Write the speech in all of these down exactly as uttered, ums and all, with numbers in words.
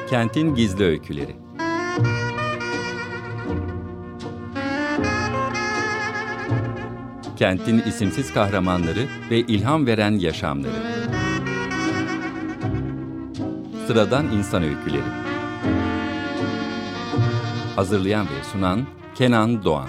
Kentin Gizli Öyküleri. Kentin isimsiz kahramanları ve ilham veren yaşamları. Sıradan insan öyküleri. Hazırlayan ve sunan Kenan Doğan.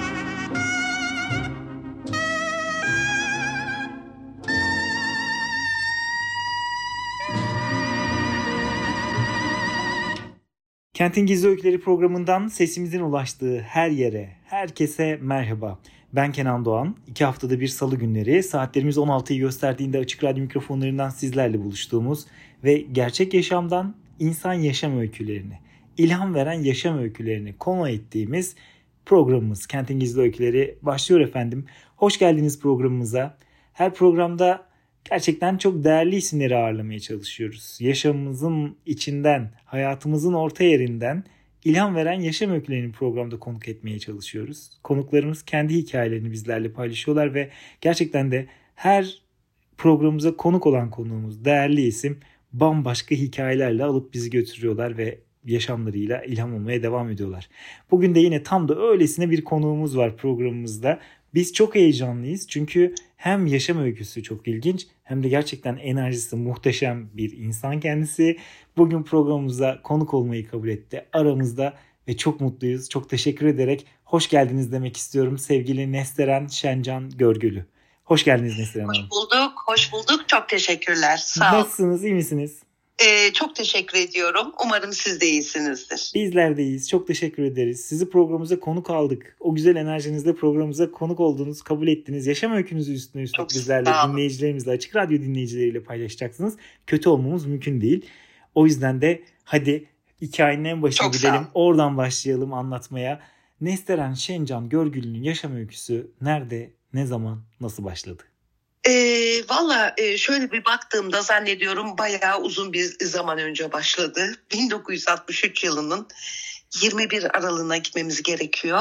Kentin Gizli Öyküleri programından sesimizin ulaştığı her yere, herkese merhaba. Ben Kenan Doğan. İki haftada bir salı günleri saatlerimiz on altıyı gösterdiğinde Açık Radyo mikrofonlarından sizlerle buluştuğumuz ve gerçek yaşamdan insan yaşam öykülerini, ilham veren yaşam öykülerini konu ettiğimiz programımız Kentin Gizli Öyküleri başlıyor efendim. Hoş geldiniz programımıza. Her programda gerçekten çok değerli isimleri ağırlamaya çalışıyoruz. Yaşamımızın içinden, hayatımızın orta yerinden ilham veren yaşam öykülerini programda konuk etmeye çalışıyoruz. Konuklarımız kendi hikayelerini bizlerle paylaşıyorlar ve gerçekten de her programımıza konuk olan konuğumuz, değerli isim bambaşka hikayelerle alıp bizi götürüyorlar ve yaşamlarıyla ilham olmaya devam ediyorlar. Bugün de yine tam da öylesine bir konuğumuz var programımızda. Biz çok heyecanlıyız çünkü hem yaşam öyküsü çok ilginç hem de gerçekten enerjisi muhteşem bir insan kendisi. Bugün programımıza konuk olmayı kabul etti aramızda ve çok mutluyuz. Çok teşekkür ederek hoş geldiniz demek istiyorum sevgili Nesteren Şencan Görgülü. Hoş geldiniz Nesteren Hanım. Hoş bulduk, hoş bulduk. Çok teşekkürler. Sağ olun. Nasılsınız, iyi misiniz? Ee, çok teşekkür ediyorum. Umarım siz de iyisinizdir. Bizler de iyiyiz. Çok teşekkür ederiz. Sizi programımıza konuk aldık. O güzel enerjinizle programımıza konuk oldunuz, kabul ettiniz. Yaşam öykünüzü üstüne üstlük bizlerle, dinleyicilerimizle, Açık Radyo dinleyicileriyle paylaşacaksınız. Kötü olmamız mümkün değil. O yüzden de hadi hikayenin en başına çok gidelim. Oradan başlayalım anlatmaya. Nesteren Şencan Görgülü'nün yaşam öyküsü nerede, ne zaman, nasıl başladı? E, Valla e, şöyle bir baktığımda zannediyorum bayağı uzun bir zaman önce başladı. bin dokuz yüz altmış üç yılının yirmi bir aralığına gitmemiz gerekiyor.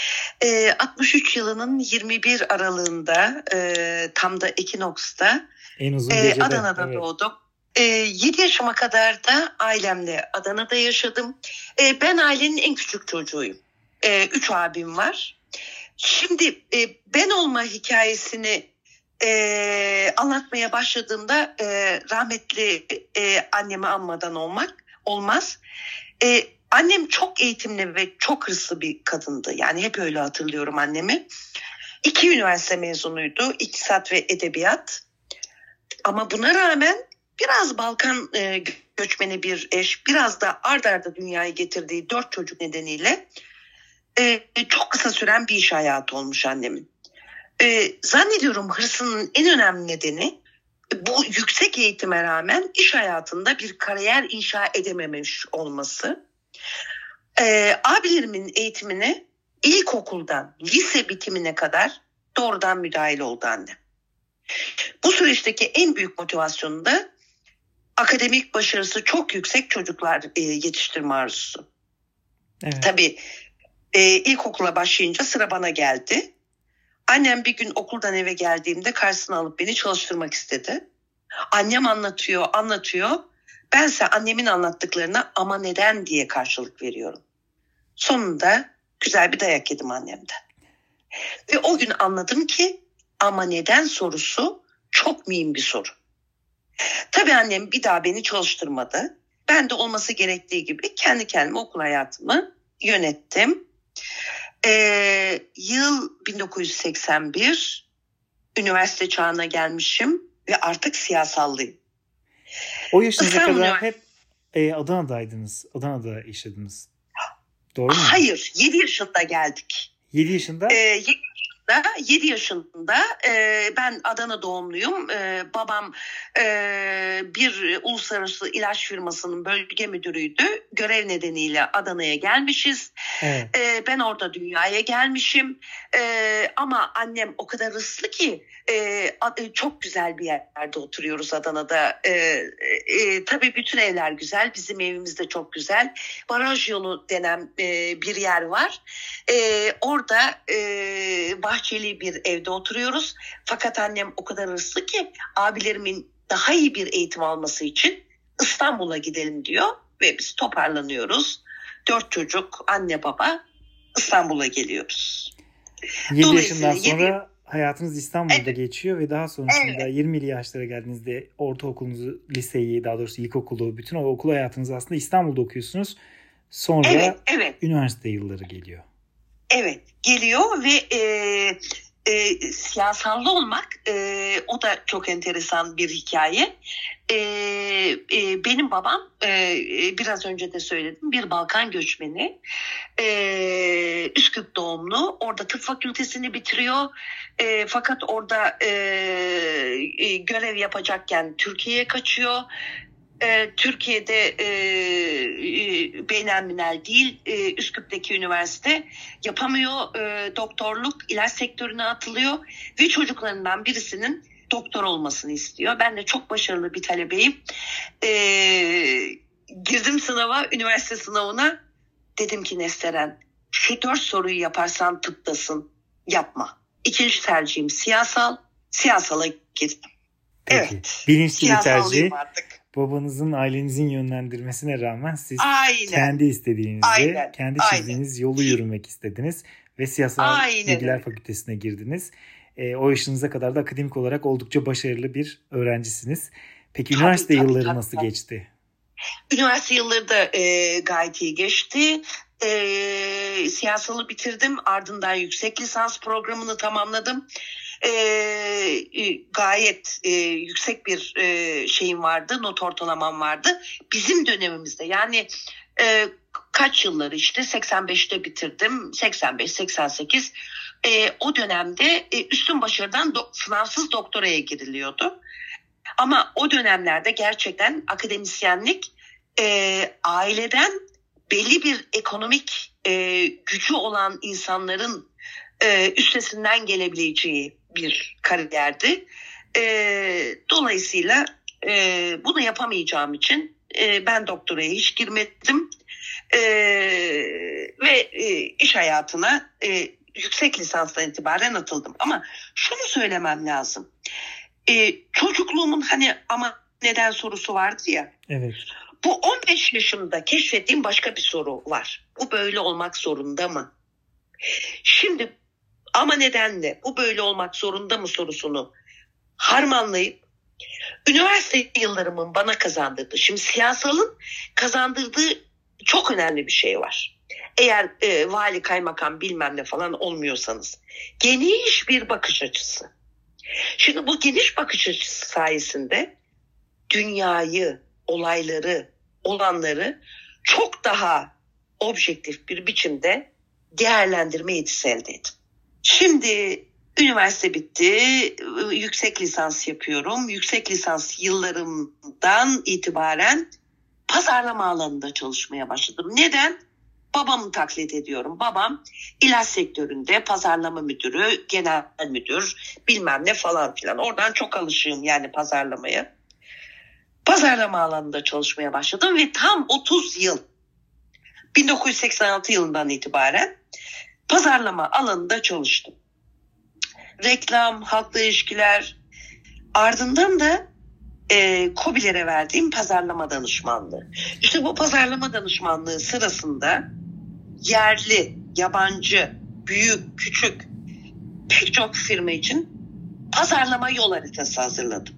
E, altmış üç yılının yirmi bir aralığında e, tam da Ekinoks'ta en uzun gecede, e, Adana'da evet. doğdum. E, yedi yaşıma kadar da ailemle Adana'da yaşadım. E, ben ailenin en küçük çocuğuyum. E, üç abim var. Şimdi e, ben olma hikayesini Ee, anlatmaya başladığımda e, rahmetli e, annemi anmadan olmak olmaz. E, annem çok eğitimli ve çok hırslı bir kadındı. Yani hep öyle hatırlıyorum annemi. İki üniversite mezunuydu. İktisat ve edebiyat. Ama buna rağmen biraz Balkan e, göçmeni bir eş, biraz da ard arda dünyaya getirdiği dört çocuk nedeniyle e, çok kısa süren bir iş hayatı olmuş annemin. Ee, zannediyorum hırsının en önemli nedeni bu yüksek eğitime rağmen iş hayatında bir kariyer inşa edememiş olması. Ee, abilerimin eğitimine ilkokuldan lise bitimine kadar doğrudan müdahil oldu anne. Bu süreçteki en büyük motivasyonu da akademik başarısı çok yüksek çocuklar e, yetiştirme arzusu. Evet. Tabii e, ilkokula başlayınca sıra bana geldi. Annem bir gün okuldan eve geldiğimde karşısına alıp beni çalıştırmak istedi. Annem anlatıyor, anlatıyor. Bense annemin anlattıklarına ama neden diye karşılık veriyorum. Sonunda güzel bir dayak yedim annemden. Ve o gün anladım ki ama neden sorusu çok mühim bir soru. Tabii annem bir daha beni çalıştırmadı. Ben de olması gerektiği gibi kendi kendime okul hayatımı yönettim. Ee, yıl bin dokuz yüz seksen bir, üniversite çağına gelmişim ve artık siyasallıyım. O yaşınıza kadar üniversite... hep e, Adana'daydınız, Adana'da işlediniz. Doğru mu? Hayır, yedi yaşında geldik. yedi yaşında? Ee, yedi yaşında, yedi yaşında e, ben Adana doğumluyum. E, babam e, bir uluslararası ilaç firmasının bölge müdürüydü. Görev nedeniyle Adana'ya gelmişiz. Evet. E, ben orada dünyaya gelmişim. E, ama annem o kadar hırslı ki e, çok güzel bir yerde oturuyoruz Adana'da. E, e, tabii bütün evler güzel. Bizim evimiz de çok güzel. Baraj yolu denen e, bir yer var. E, orada e, bahçeli bir evde oturuyoruz. Fakat annem o kadar hırslı ki abilerimin daha iyi bir eğitim alması için İstanbul'a gidelim diyor ve biz toparlanıyoruz. Dört çocuk, anne baba İstanbul'a geliyoruz. yedi yaşından sonra yedi... hayatınız İstanbul'da evet. geçiyor ve daha sonrasında evet. yirmili yaşlara geldiğinizde ortaokulunuzu, liseyi, daha doğrusu ilkokulu, bütün o okul hayatınızı aslında İstanbul'da okuyorsunuz. Sonra evet, evet. üniversite yılları geliyor. Evet, geliyor ve e, e, siyasallı olmak e, o da çok enteresan bir hikaye. E, e, benim babam e, biraz önce de söyledim, bir Balkan göçmeni. E, Üsküp doğumlu. Orada tıp fakültesini bitiriyor. E, fakat orada e, e, görev yapacakken Türkiye'ye kaçıyor. Ee, Türkiye'de e, e, beynelminel değil, e, Üsküp'teki üniversite yapamıyor, e, doktorluk, ilaç sektörüne atılıyor ve çocuklarından birisinin doktor olmasını istiyor. Ben de çok başarılı bir talebeyim. E, girdim sınava, üniversite sınavına, dedim ki Nesteren, şu dört soruyu yaparsan tıptasın, yapma. İkinci tercihim siyasal, siyasala girdim. Peki. Evet. Bilinçli bir tercih. Artık. Babanızın, ailenizin yönlendirmesine rağmen siz Aynen. kendi istediğinizde, Aynen. kendi çizdiğiniz Aynen. yolu yürümek istediniz ve Siyasal Aynen. Bilgiler Fakültesine girdiniz. E, o yaşınıza kadar da akademik olarak oldukça başarılı bir öğrencisiniz. Peki tabii, üniversite tabii, yılları tabii, nasıl tabii. geçti? Üniversite yılları da e, gayet iyi geçti. E, siyasalı bitirdim. Ardından yüksek lisans programını tamamladım. E, gayet e, yüksek bir e, şeyim vardı, not ortalamam vardı. Bizim dönemimizde yani e, kaç yılları işte seksen beşte bitirdim, seksen beş seksen sekiz e, o dönemde e, üstün başarıdan do- sınavsız doktoraya giriliyordu. Ama o dönemlerde gerçekten akademisyenlik e, aileden belli bir ekonomik e, gücü olan insanların e, üstesinden gelebileceği bir kariyerdi. E, dolayısıyla e, bunu yapamayacağım için e, ben doktoraya hiç girmedim e, ve e, iş hayatına e, yüksek lisanstan itibaren atıldım. Ama şunu söylemem lazım. E, çocukluğumun hani ama neden sorusu vardı ya. Evet. Bu on beş yaşımda keşfettiğim başka bir soru var. Bu böyle olmak zorunda mı? Şimdi ama neden de bu böyle olmak zorunda mı sorusunu harmanlayıp üniversite yıllarımın bana kazandırdığı, şimdi siyasalın kazandırdığı çok önemli bir şey var. Eğer e, vali, kaymakam bilmem ne falan olmuyorsanız geniş bir bakış açısı. Şimdi bu geniş bakış açısı sayesinde dünyayı, olayları, olanları çok daha objektif bir biçimde değerlendirme yetisi elde ettim. Şimdi üniversite bitti, yüksek lisans yapıyorum. Yüksek lisans yıllarımdan itibaren pazarlama alanında çalışmaya başladım. Neden? Babamı taklit ediyorum. Babam ilaç sektöründe pazarlama müdürü, genel müdür, bilmem ne falan filan. Oradan çok alışığım yani pazarlamaya. Pazarlama alanında çalışmaya başladım ve tam otuz yıl, bin dokuz yüz seksen altı yılından itibaren pazarlama alanında çalıştım. Reklam, halkla ilişkiler, ardından da e, KOBİ'lere verdiğim pazarlama danışmanlığı. İşte bu pazarlama danışmanlığı sırasında yerli, yabancı, büyük, küçük pek çok firma için pazarlama yol haritası hazırladım.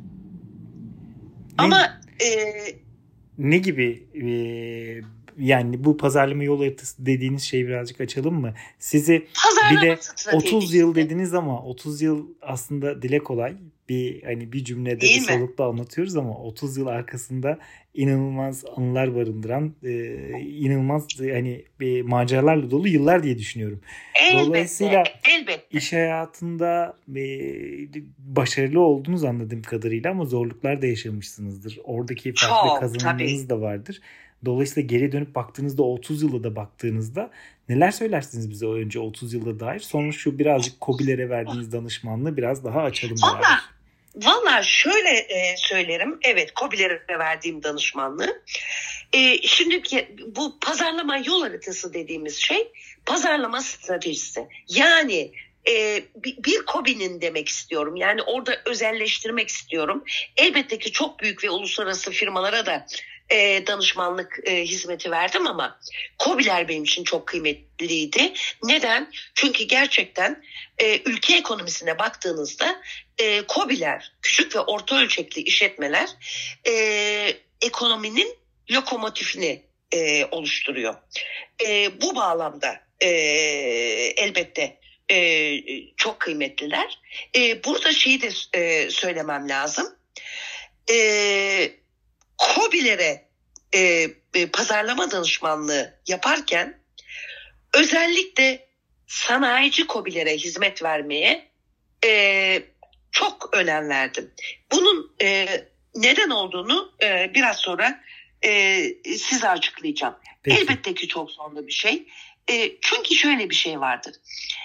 Ne, Ama e, ne gibi e, yani bu pazarlama yol haritası dediğiniz şeyi birazcık açalım mı? Sizi bir de otuz yıl dediniz ama otuz yıl aslında dile kolay. Bir hani bir cümlede Değil bir mi? solukla anlatıyoruz ama otuz yıl arkasında inanılmaz anılar barındıran, e, inanılmaz hani bir maceralarla dolu yıllar diye düşünüyorum. Elbette, Dolayısıyla elbette. iş hayatında e, başarılı olduğunuz anladığım kadarıyla ama zorluklar da yaşamışsınızdır. Oradaki farklı Çok, kazanımlarınız tabii. da vardır. Dolayısıyla geri dönüp baktığınızda otuz yıla da baktığınızda neler söylersiniz bize önce otuz yıla dair? Sonra şu birazcık KOBİ'lere verdiğiniz danışmanlığı biraz daha açalım. Valla valla şöyle e, söylerim. Evet, KOBİ'lere verdiğim danışmanlığı. E, şimdi bu pazarlama yol haritası dediğimiz şey pazarlama stratejisi. Yani e, bir, bir KOBİ'nin demek istiyorum. Yani orada özelleştirmek istiyorum. Elbette ki çok büyük ve uluslararası firmalara da e, danışmanlık e, hizmeti verdim ama KOBİ'ler benim için çok kıymetliydi. Neden? Çünkü gerçekten e, ülke ekonomisine baktığınızda e, KOBİ'ler, küçük ve orta ölçekli işletmeler e, ekonominin lokomotifini e, oluşturuyor. E, bu bağlamda e, elbette e, çok kıymetliler. E, burada şeyi de e, söylemem lazım. E, KOBİ'lere e, e, pazarlama danışmanlığı yaparken özellikle sanayici KOBİ'lere hizmet vermeye e, çok önem verdim. Bunun e, neden olduğunu e, biraz sonra e, size açıklayacağım. Peki. Elbette ki çok zorlu bir şey. E, çünkü şöyle bir şey vardır.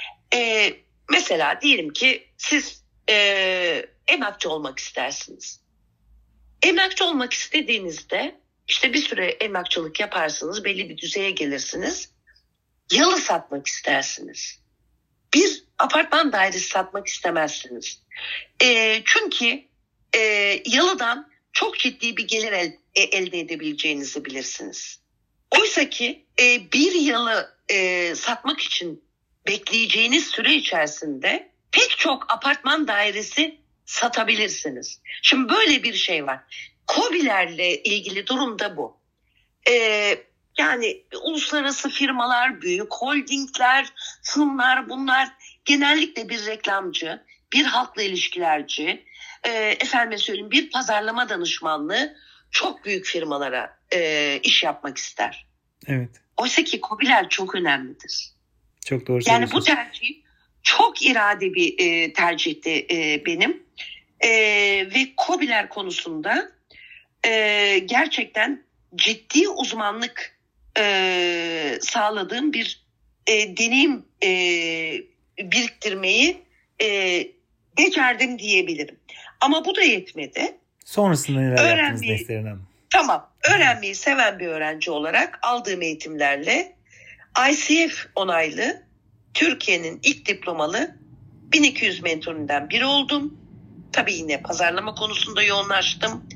E, mesela diyelim ki siz e, emlakçı olmak istersiniz. Emlakçı olmak istediğinizde işte bir süre emlakçılık yaparsınız, belli bir düzeye gelirsiniz. Yalı satmak istersiniz. Bir apartman dairesi satmak istemezsiniz. E, çünkü e, yalıdan çok ciddi bir gelir el, e, elde edebileceğinizi bilirsiniz. Oysa ki e, bir yalı e, satmak için bekleyeceğiniz süre içerisinde pek çok apartman dairesi satabilirsiniz. Şimdi böyle bir şey var. KOBİ'lerle ilgili durum da bu. Ee, yani uluslararası firmalar, büyük holdingler, şunlar bunlar genellikle bir reklamcı, bir halkla ilişkilerci, e, efendime söyleyeyim bir pazarlama danışmanlığı çok büyük firmalara e, iş yapmak ister. Evet. Oysa ki KOBİ'ler çok önemlidir. Çok doğru yani bu tercih çok irade bir e, tercihti e, benim. E, ve KOBİ'ler konusunda e, gerçekten ciddi uzmanlık e, sağladığım bir e, deneyim e, biriktirmeyi e, becerdim diyebilirim. Ama bu da yetmedi. Sonrasında neler yaptınız Neslihan Hanım? Tamam. Öğrenmeyi seven bir öğrenci olarak aldığım eğitimlerle I C F onaylı Türkiye'nin ilk diplomalı bin iki yüz mentorundan biri oldum. Tabii yine pazarlama konusunda yoğunlaştım.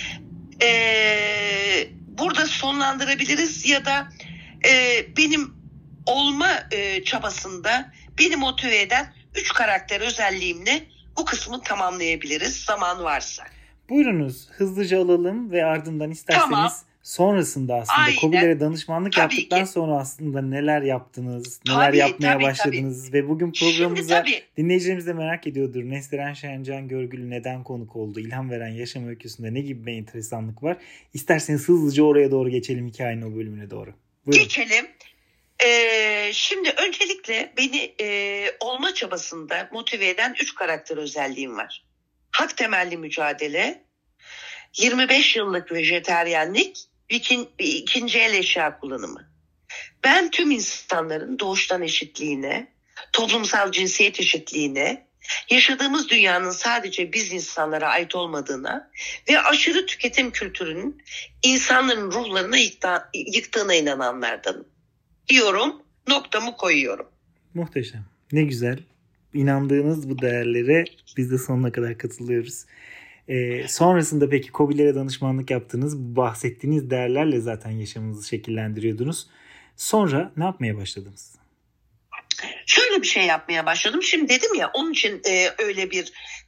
Ee, burada sonlandırabiliriz ya da e, benim olma e, çabasında beni motive eden üç karakter özelliğimle bu kısmı tamamlayabiliriz zaman varsa. Buyurunuz hızlıca alalım ve ardından isterseniz tamam. Sonrasında aslında KOBİ'lere danışmanlık tabii yaptıktan ki. Sonra aslında neler yaptınız, neler tabii, yapmaya tabii, başladınız tabii. Ve bugün programımıza dinleyicilerimiz de merak ediyordur. Neslihan Şencan Görgülü neden konuk oldu? İlham veren yaşam öyküsünde ne gibi bir enteresanlık var? İsterseniz hızlıca oraya doğru geçelim, hikayenin o bölümüne doğru. Buyurun. Geçelim. Ee, şimdi öncelikle beni e, olma çabasında motive eden üç karakter özelliğim var. Hak temelli mücadele, yirmi beş yıllık vejeteryenlik, ikin, ikinci el eşya kullanımı. Ben tüm insanların doğuştan eşitliğine, toplumsal cinsiyet eşitliğine, yaşadığımız dünyanın sadece biz insanlara ait olmadığına ve aşırı tüketim kültürünün insanların ruhlarına yıkta, yıktığına inananlardanım. Diyorum, noktamı koyuyorum. Muhteşem. Ne güzel. İnandığınız bu değerlere biz de sonuna kadar katılıyoruz. Ee, sonrasında peki KOBİ'lere danışmanlık yaptığınız, bahsettiğiniz değerlerle zaten yaşamınızı şekillendiriyordunuz. Sonra ne yapmaya başladınız? Şöyle bir şey yapmaya başladım. Şimdi dedim ya, onun için e, öyle bir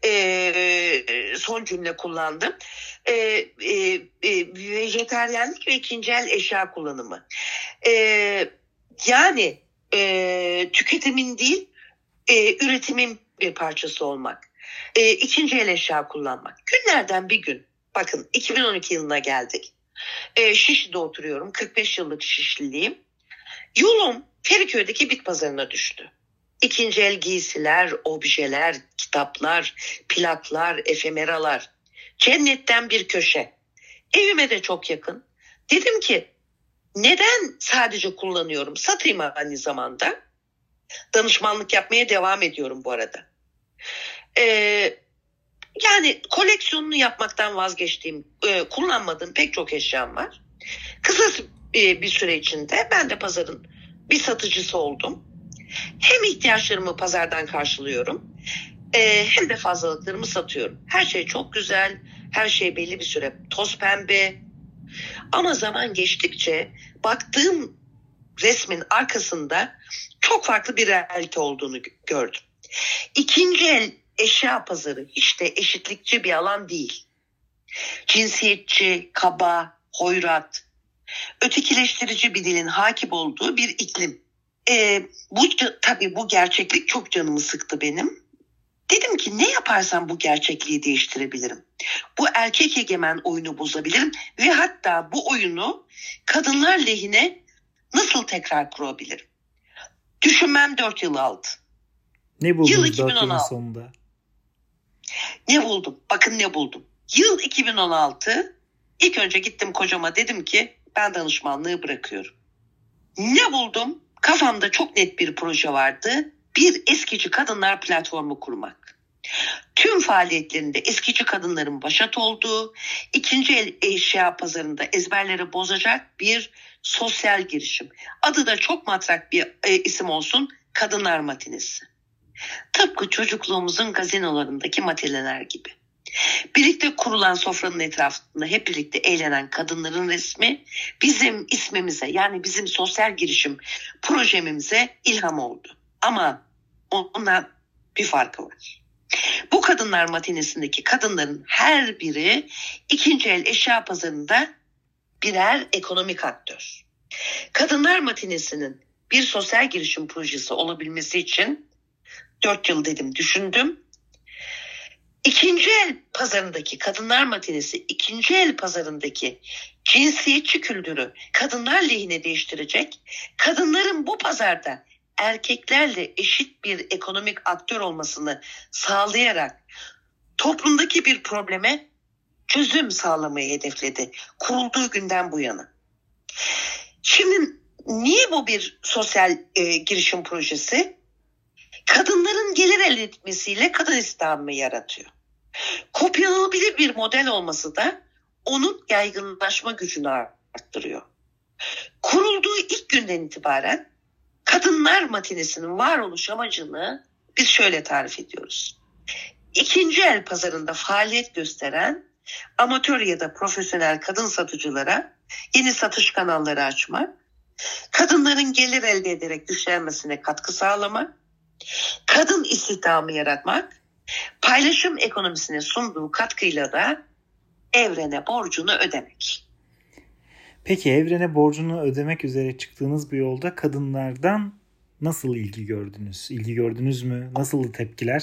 e, son cümle kullandım. E, e, e, vejeteryenlik ve ikinci el eşya kullanımı. E, yani e, tüketimin değil, e, üretimin bir parçası olmak. E, ikinci el eşya kullanmak. Günlerden bir gün, bakın iki bin on iki yılına geldik. E, Şişli'de oturuyorum. kırk beş yıllık Şişliliyim. Yolum Feriköy'deki bit pazarına düştü. İkinci el giysiler, objeler, kitaplar, plaklar, efemeralar. Cennetten bir köşe. Evime de çok yakın. Dedim ki neden sadece kullanıyorum? Satayım aynı zamanda. Danışmanlık yapmaya devam ediyorum bu arada. Ee, yani koleksiyonunu yapmaktan vazgeçtiğim, e, kullanmadığım pek çok eşyam var. Kısa e, bir süre içinde ben de pazarın bir satıcısı oldum. Hem ihtiyaçlarımı pazardan karşılıyorum, e, hem de fazlalıklarımı satıyorum. Her şey çok güzel, her şey belli bir süre toz pembe. Ama zaman geçtikçe baktığım resmin arkasında çok farklı bir realite olduğunu gördüm. İkinci el eşya pazarı hiç de eşitlikçi bir alan değil. Cinsiyetçi, kaba, hoyrat, ötekileştirici bir dilin hakim olduğu bir iklim. Ee, bu tabii bu gerçeklik çok canımı sıktı benim. Dedim ki ne yaparsam bu gerçekliği değiştirebilirim. Bu erkek egemen oyunu bozabilirim ve hatta bu oyunu kadınlar lehine nasıl tekrar kurabilirim? Düşünmem dört yıl aldı. Ne buldunuz Yıl dört yılın iki bin on altı. sonunda? Ne buldum? Bakın ne buldum. Yıl iki bin on altı. İlk önce gittim kocama, dedim ki ben danışmanlığı bırakıyorum. Ne buldum? Kafamda çok net bir proje vardı. Bir eskici kadınlar platformu kurmak. Tüm faaliyetlerinde eskici kadınların başat olduğu, ikinci el eşya pazarında ezberleri bozacak bir sosyal girişim. Adı da çok matrak bir e, isim olsun, Kadınlar Matinesi. Tıpkı çocukluğumuzun gazinolarındaki matineler gibi. Birlikte kurulan sofranın etrafında hep birlikte eğlenen kadınların resmi bizim ismimize, yani bizim sosyal girişim projemize ilham oldu. Ama ondan bir farkı var. Bu Kadınlar Matinesi'ndeki kadınların her biri ikinci el eşya pazarında birer ekonomik aktör. Kadınlar Matinesi'nin bir sosyal girişim projesi olabilmesi için dört yıl dedim, düşündüm. İkinci el pazarındaki Kadınlar Matinesi, ikinci el pazarındaki cinsiyetçi kültürü kadınlar lehine değiştirecek, kadınların bu pazarda erkeklerle eşit bir ekonomik aktör olmasını sağlayarak toplumdaki bir probleme çözüm sağlamayı hedefledi kurulduğu günden bu yana. Şimdi niye bu bir sosyal e, girişim projesi? Kadınların gelir elde etmesiyle kadın istihdamı yaratıyor. Kopyalanabilir bir model olması da onun yaygınlaşma gücünü arttırıyor. Kurulduğu ilk günden itibaren Kadınlar Matinesi'nin varoluş amacını biz şöyle tarif ediyoruz. İkinci el pazarında faaliyet gösteren amatör ya da profesyonel kadın satıcılara yeni satış kanalları açmak, kadınların gelir elde ederek güçlenmesine katkı sağlamak, kadın istihdamı yaratmak, paylaşım ekonomisine sunduğu katkıyla da evrene borcunu ödemek. Peki evrene borcunu ödemek üzere çıktığınız bir yolda kadınlardan nasıl ilgi gördünüz? İlgi gördünüz mü? Nasıldı tepkiler?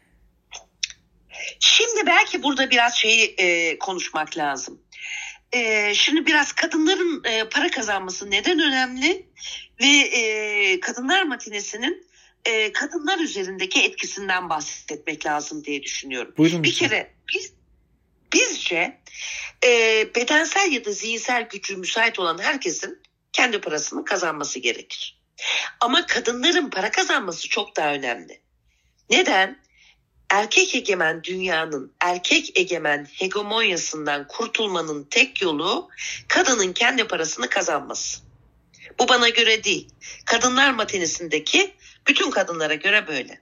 Şimdi belki burada biraz şeyi e, konuşmak lazım. E, şimdi biraz kadınların e, para kazanması neden önemli ve e, Kadınlar Matinesi'nin e, kadınlar üzerindeki etkisinden bahsetmek lazım diye düşünüyorum. Buyurun bir lütfen. kere biz bizce e, bedensel ya da zihinsel gücü müsait olan herkesin kendi parasını kazanması gerekir. Ama kadınların para kazanması çok daha önemli. Neden? Erkek egemen dünyanın erkek egemen hegemonyasından kurtulmanın tek yolu kadının kendi parasını kazanması. Bu bana göre değil. Kadınlar Matinesi'ndeki bütün kadınlara göre böyle.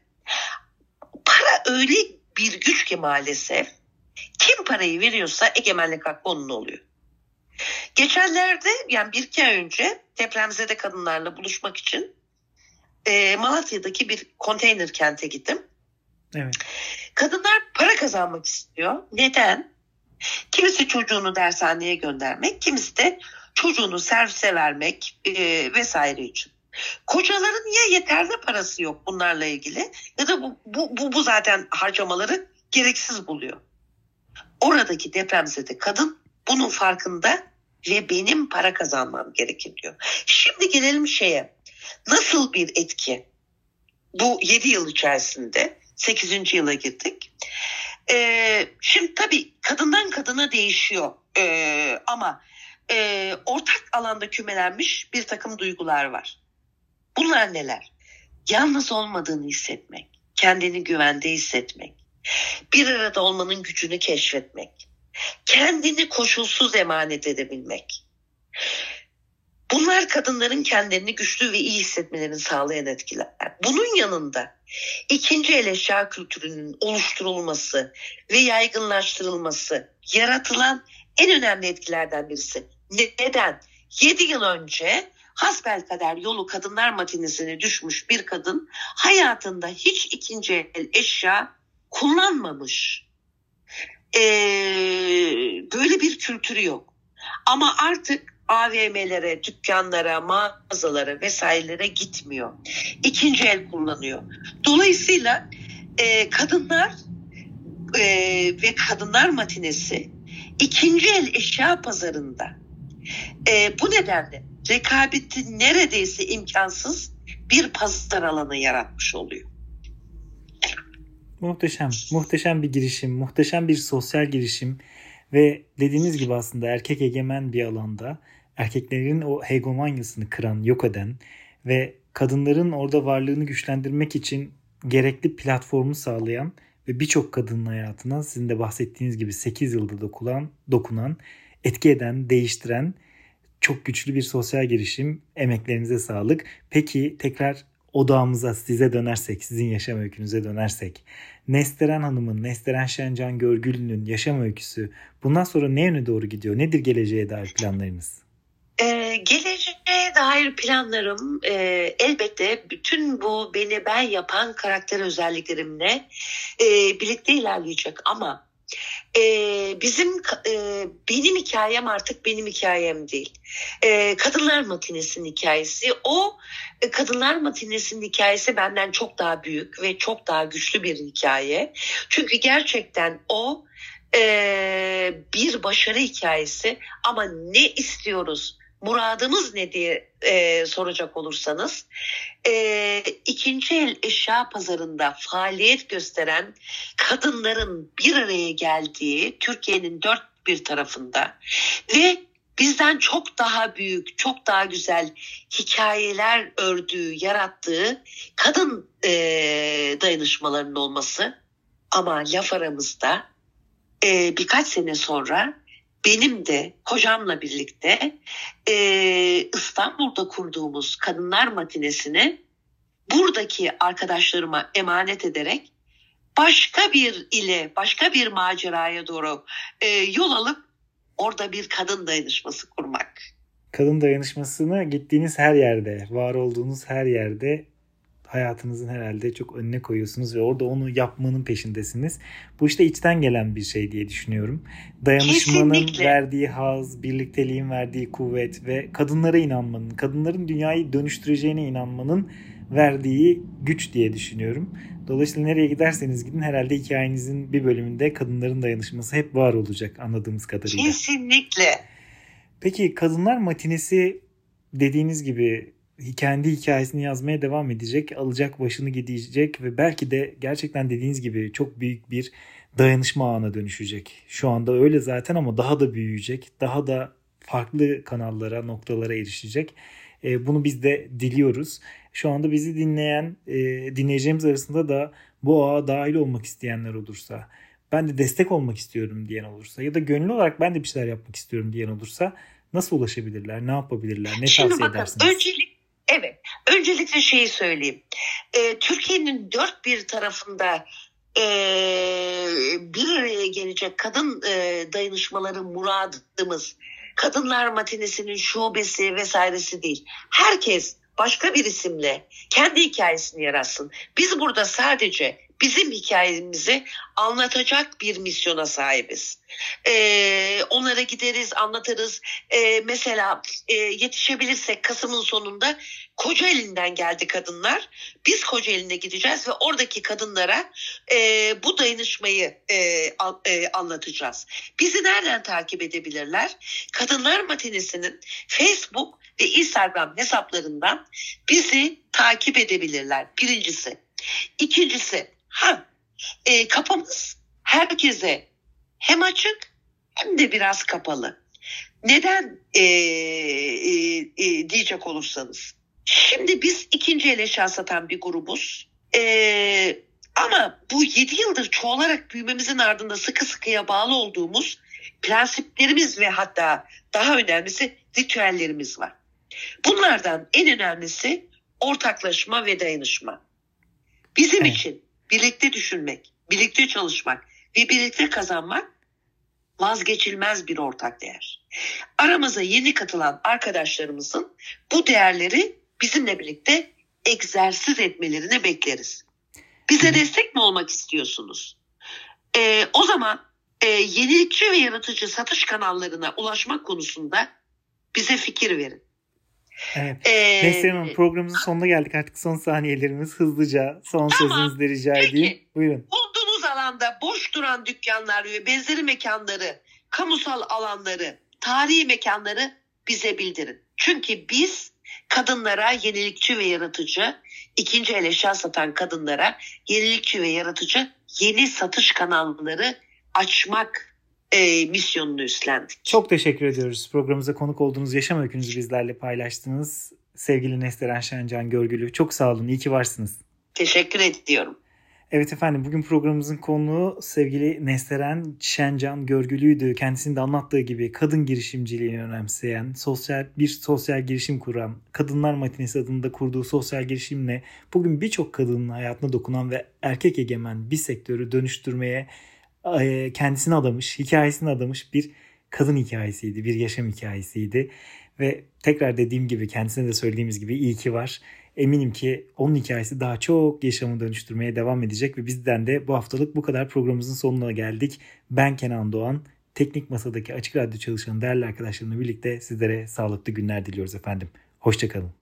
Para öyle bir güç ki maalesef kim parayı veriyorsa egemenlik hakkı onun oluyor. Geçenlerde, yani bir iki ay önce depremzede kadınlarla buluşmak için e, Malatya'daki bir konteyner kente gittim. Evet. Kadınlar para kazanmak istiyor. Neden? Kimisi çocuğunu dershaneye göndermek, kimisi de çocuğunu servise vermek e, vesaire için. Kocaların ya yeterli parası yok bunlarla ilgili ya da bu, bu, bu, bu zaten harcamaları gereksiz buluyor. Oradaki depremzede kadın bunun farkında ve benim para kazanmam gerekir diyor. Şimdi gelelim şeye. Nasıl bir etki? Bu yedi yıl içerisinde sekizinci yıla girdik. Ee, şimdi tabii kadından kadına değişiyor. Ee, ama e, ortak alanda kümelenmiş bir takım duygular var. Bunlar neler? Yalnız olmadığını hissetmek, kendini güvende hissetmek, bir arada olmanın gücünü keşfetmek, kendini koşulsuz emanet edebilmek. Bunlar kadınların kendilerini güçlü ve iyi hissetmelerini sağlayan etkiler. Bunun yanında ikinci el eşya kültürünün oluşturulması ve yaygınlaştırılması yaratılan en önemli etkilerden birisi. Neden? yedi yıl önce hasbelkader yolu kadınlar matinesine düşmüş bir kadın hayatında hiç ikinci el eşya kullanmamış. Ee, böyle bir kültürü yok. Ama artık A V M'lere, dükkanlara, mağazalara vesairelere gitmiyor. İkinci el kullanıyor. Dolayısıyla e, kadınlar e, ve kadınlar matinesi ikinci el eşya pazarında e, bu nedenle rekabeti neredeyse imkansız bir pazar alanı yaratmış oluyor. Muhteşem, muhteşem bir girişim, muhteşem bir sosyal girişim ve dediğiniz gibi aslında erkek egemen bir alanda erkeklerin o hegemonyasını kıran, yok eden ve kadınların orada varlığını güçlendirmek için gerekli platformu sağlayan ve birçok kadının hayatına sizin de bahsettiğiniz gibi sekiz yılda dokunan, dokunan, etki eden, değiştiren çok güçlü bir sosyal girişim. Emeklerinize sağlık. Peki tekrar odağımıza, size dönersek, sizin yaşam öykünüze dönersek, Nesteren Hanım'ın, Nesteren Şencan Görgül'ün yaşam öyküsü bundan sonra ne yöne doğru gidiyor? Nedir geleceğe dair planlarınız? Ee, geleceğe dair planlarım e, elbette bütün bu beni ben yapan karakter özelliklerimle e, birlikte ilerleyecek ama e, bizim e, benim hikayem artık benim hikayem değil. E, Kadınlar Matinesi'nin hikayesi. O e, Kadınlar Matinesi'nin hikayesi benden çok daha büyük ve çok daha güçlü bir hikaye. Çünkü gerçekten o e, bir başarı hikayesi ama ne istiyoruz? Muradımız ne diye e, soracak olursanız e, ikinci el eşya pazarında faaliyet gösteren kadınların bir araya geldiği Türkiye'nin dört bir tarafında ve bizden çok daha büyük, çok daha güzel hikayeler ördüğü, yarattığı kadın e, dayanışmalarının olması. Ama laf aramızda e, birkaç sene sonra benim de kocamla birlikte e, İstanbul'da kurduğumuz Kadınlar Matinesini buradaki arkadaşlarıma emanet ederek başka bir ile, başka bir maceraya doğru e, yol alıp orada bir kadın dayanışması kurmak. Kadın dayanışmasını gittiğiniz her yerde, var olduğunuz her yerde hayatınızın herhalde çok önüne koyuyorsunuz ve orada onu yapmanın peşindesiniz. Bu işte içten gelen bir şey diye düşünüyorum. Dayanışmanın Kesinlikle. verdiği haz, birlikteliğin verdiği kuvvet ve kadınlara inanmanın, kadınların dünyayı dönüştüreceğine inanmanın verdiği güç diye düşünüyorum. Dolayısıyla nereye giderseniz gidin herhalde hikayenizin bir bölümünde kadınların dayanışması hep var olacak anladığımız kadarıyla. Kesinlikle. Peki Kadınlar Matinesi dediğiniz gibi kendi hikayesini yazmaya devam edecek, alacak başını gidecek ve belki de gerçekten dediğiniz gibi çok büyük bir dayanışma ağına dönüşecek. Şu anda öyle zaten ama daha da büyüyecek, daha da farklı kanallara, noktalara erişecek. E, bunu biz de diliyoruz. Şu anda bizi dinleyen, e, dinleyeceğimiz arasında da bu ağa dahil olmak isteyenler olursa, ben de destek olmak istiyorum diyen olursa ya da gönüllü olarak ben de bir şeyler yapmak istiyorum diyen olursa nasıl ulaşabilirler, ne yapabilirler, ne Şimdi tavsiye bakın, edersiniz? Öncelik, evet, öncelikle şeyi söyleyeyim. E, Türkiye'nin dört bir tarafında e, bir araya gelecek kadın e, dayanışmaları muradımız, Kadınlar Matinesi'nin şubesi vesairesi değil. Herkes başka bir isimle kendi hikayesini yaratsın. Biz burada sadece bizim hikayemizi anlatacak bir misyona sahibiz. Ee, onlara gideriz, anlatırız. Ee, mesela e, yetişebilirsek Kasım'ın sonunda Kocaeli'nden geldi kadınlar. Biz Kocaeli'ne gideceğiz ve oradaki kadınlara e, bu dayanışmayı e, al, e, anlatacağız. Bizi nereden takip edebilirler? Kadınlar Matinesi'nin Facebook ve Instagram hesaplarından bizi takip edebilirler. Birincisi. İkincisi, ha, e, kapımız herkese hem açık hem de biraz kapalı. Neden e, e, e, diyecek olursanız. Şimdi biz ikinci el eşya satan bir grubuz. E, ama bu yedi yıldır çoğalarak büyümemizin ardında sıkı sıkıya bağlı olduğumuz prensiplerimiz ve hatta daha önemlisi ritüellerimiz var. Bunlardan en önemlisi ortaklaşma ve dayanışma. Bizim evet. için birlikte düşünmek, birlikte çalışmak ve birlikte kazanmak vazgeçilmez bir ortak değer. Aramıza yeni katılan arkadaşlarımızın bu değerleri bizimle birlikte egzersiz etmelerini bekleriz. Bize destek mi olmak istiyorsunuz? Ee, o zaman e, yenilikçi ve yaratıcı satış kanallarına ulaşmak konusunda bize fikir verin. Evet. Ee, Neslihan Hanım, programımızın sonuna geldik. Artık son saniyelerimiz, hızlıca son Tamam, sözünüzü de rica peki. edeyim. Buyurun. Bulunduğunuz alanda boş duran dükkanlar ve benzeri mekanları, kamusal alanları, tarihi mekanları bize bildirin. Çünkü biz kadınlara yenilikçi ve yaratıcı, ikinci el eşya satan kadınlara yenilikçi ve yaratıcı yeni satış kanalları açmak e, misyonunu üstlendik. Çok teşekkür ediyoruz. Programımıza konuk olduğunuz, yaşam öykünüzü bizlerle paylaştınız. Sevgili Nesteren Şencan Görgülü, çok sağ olun. İyi ki varsınız. Teşekkür ediyorum. Evet efendim, bugün programımızın konuğu sevgili Nesteren Şencan Görgülü'ydü. Kendisinin de anlattığı gibi kadın girişimciliğini önemseyen, sosyal bir sosyal girişim kuran, Kadınlar Matinesi adında kurduğu sosyal girişimle bugün birçok kadının hayatına dokunan ve erkek egemen bir sektörü dönüştürmeye kendisini adamış, hikayesini adamış bir kadın hikayesiydi, bir yaşam hikayesiydi. Ve tekrar dediğim gibi, kendisine de söylediğimiz gibi iyi ki var. Eminim ki onun hikayesi daha çok yaşamı dönüştürmeye devam edecek ve bizden de bu haftalık bu kadar. Programımızın sonuna geldik. Ben Kenan Doğan, Teknik Masa'daki Açık Radyo çalışan değerli arkadaşlarımla birlikte sizlere sağlıklı günler diliyoruz efendim. Hoşça kalın.